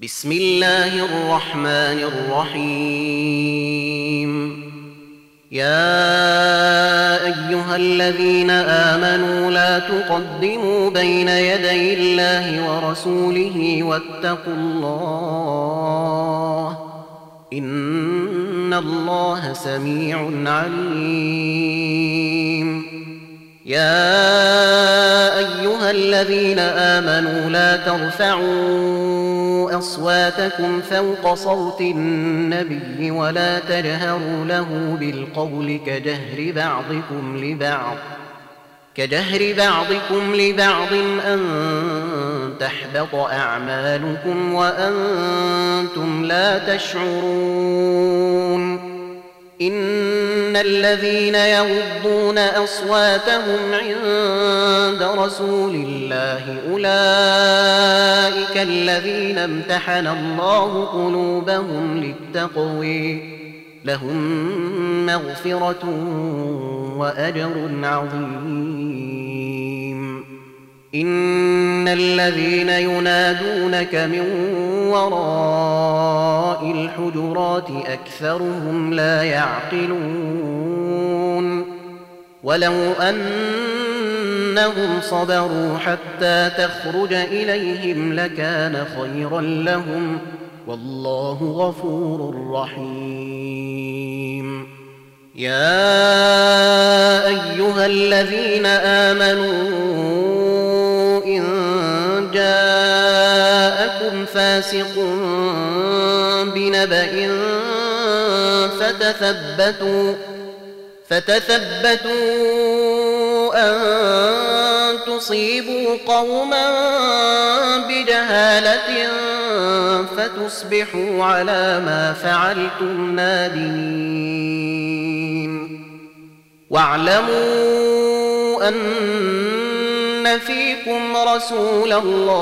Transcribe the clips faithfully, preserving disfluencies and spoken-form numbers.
بسم الله الرحمن الرحيم. يا أيها الذين آمنوا لا تقدموا بين يدي الله ورسوله واتقوا الله إن الله سميع عليم. يا أيها الذين آمنوا لا ترفعوا أصواتكم فوق صوت النبي ولا تجهروا له بالقول كجهر بعضكم لبعض كجهر بعضكم لبعض أن تحبط أعمالكم وأنتم لا تشعرون. إن الذين يغضون أصواتهم عند رسول الله أولئك الذين امتحن الله قلوبهم للتقوى لهم مغفرة وأجر عظيم. إن الذين ينادونك من وراء الحجرات أكثرهم لا يعقلون. ولو أنهم صبروا حتى تخرج إليهم لكان خيرا لهم والله غفور رحيم. يا أيها الذين آمنوا إن جاءكم فاسق بنبأ فتثبتوا فتثبتوا أن تصيبوا قوما بجهالة فتصبحوا على ما فعلتم نادمين. واعلموا أن فيكم رسول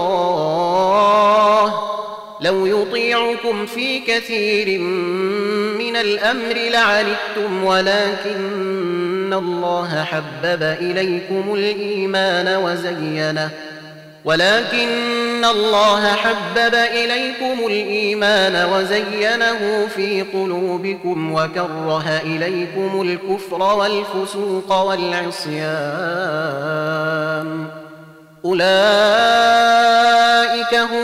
الله لو يطيعكم في كثير من الأمر لعنتم ولكن الله حبب إليكم الإيمان وزينه ولكن الله حبب إليكم الإيمان وزينه في قلوبكم وكره إليكم الكفر والفسوق والعصيان أولئك هم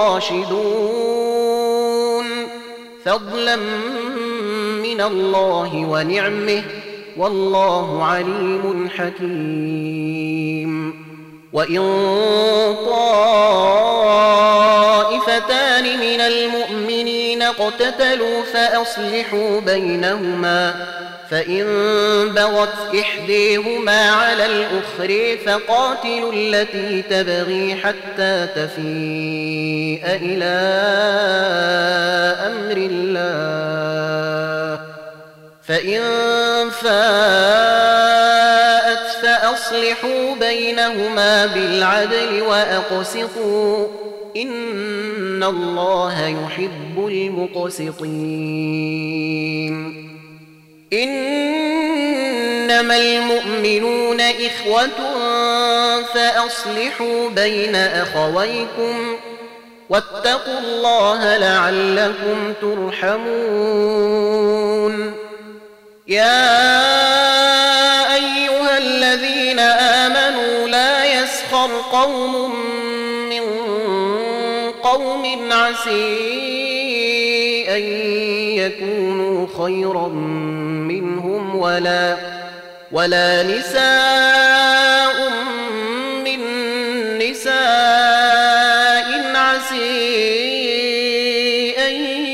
الراشدون فضلا من الله ونعمه والله عليم حكيم. وإن طائفتان من المؤمنين اقتتلوا فأصلحوا بينهما فإن بغت إحديهما على الأخرى فقاتلوا التي تبغي حتى تفيء إلى أمر الله فإن فاءت فأصلحوا بينهما بالعدل وأقسطوا إن الله يحب المقسطين. إنما المؤمنون إخوة فأصلحوا بين أخويكم واتقوا الله لعلكم ترحمون. يا أيها الذين آمنوا لا يسخر قوم من قوم عسى أن يكونوا خيرا منهم ولا ولا نساء من نساء عسى أن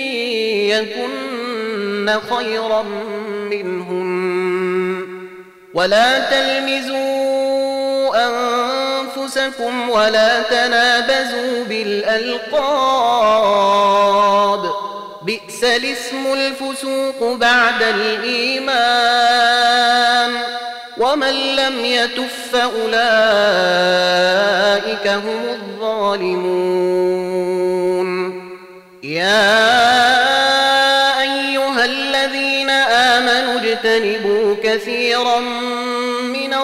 يكن خيرا منهم ولا تلمزوا أنفسكم ولا تنابزوا بالألقاب بئس الاسم الفسوق بعد الإيمان ومن لم يتب فأولئك هم الظالمون. يا أيها الذين آمنوا اجتنبوا كثيرا من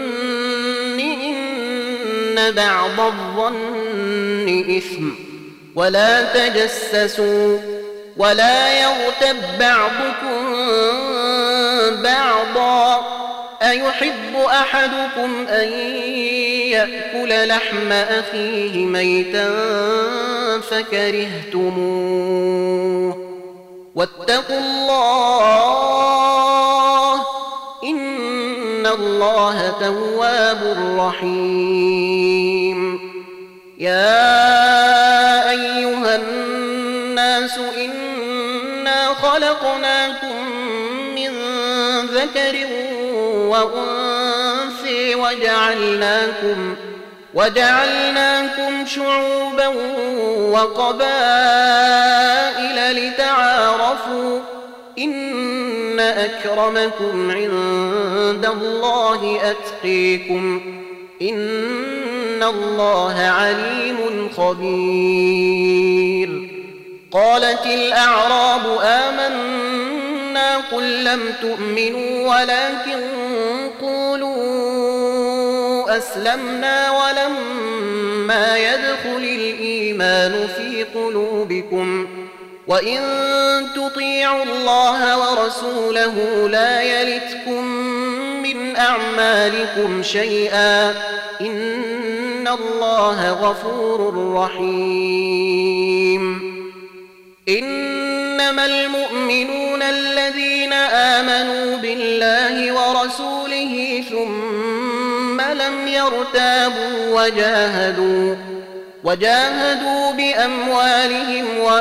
الظن إن بعض الظن إثم ولا تجسسوا ولا يغتب بعضكم بعضا أيحب أحدكم أن يأكل لحم أخيه ميتا فكرهتموه واتقوا الله إن الله تواب رحيم. يا أيها الناس إنا خلقناكم من ذكر وأنثى وجعلناكم وجعلناكم شعوبا وقبائل لتعارفوا إن أكرمكم عند الله أتقيكم إن الله عليم خبير. قالت الأعراب آمنا قل لم تؤمنوا ولكن قولوا أسلمنا ولما يدخل الإيمان في قلوبكم وإن تطيعوا الله ورسوله لا يلتكم من أعمالكم شيئا إن الله غفور رحيم. إنما المؤمنون الذين آمنوا بالله ورسوله ثم لم يرتابوا وجاهدوا وجاهدوا بأموالهم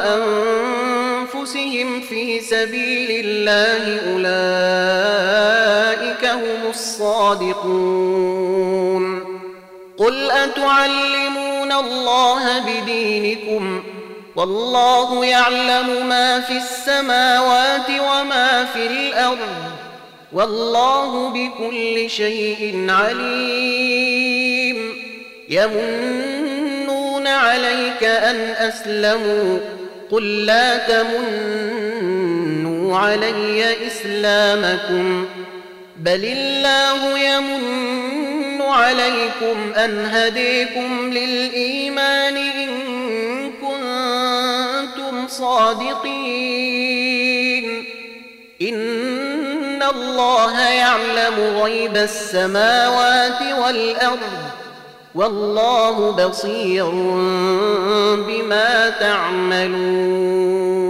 وأنفسهم في سبيل الله أولئك هم الصادقون. قل أتعلمون الله بدينكم والله يعلم ما في السماوات وما في الأرض والله بكل شيء عليم. يمنون عليك أن أسلموا قل لا تمنوا علي إسلامكم بل الله يمن عليكم أن هديكم للإيمان إن كنتم صادقين. إن الله يعلم غيب السماوات والأرض والله بصير بما تعملون.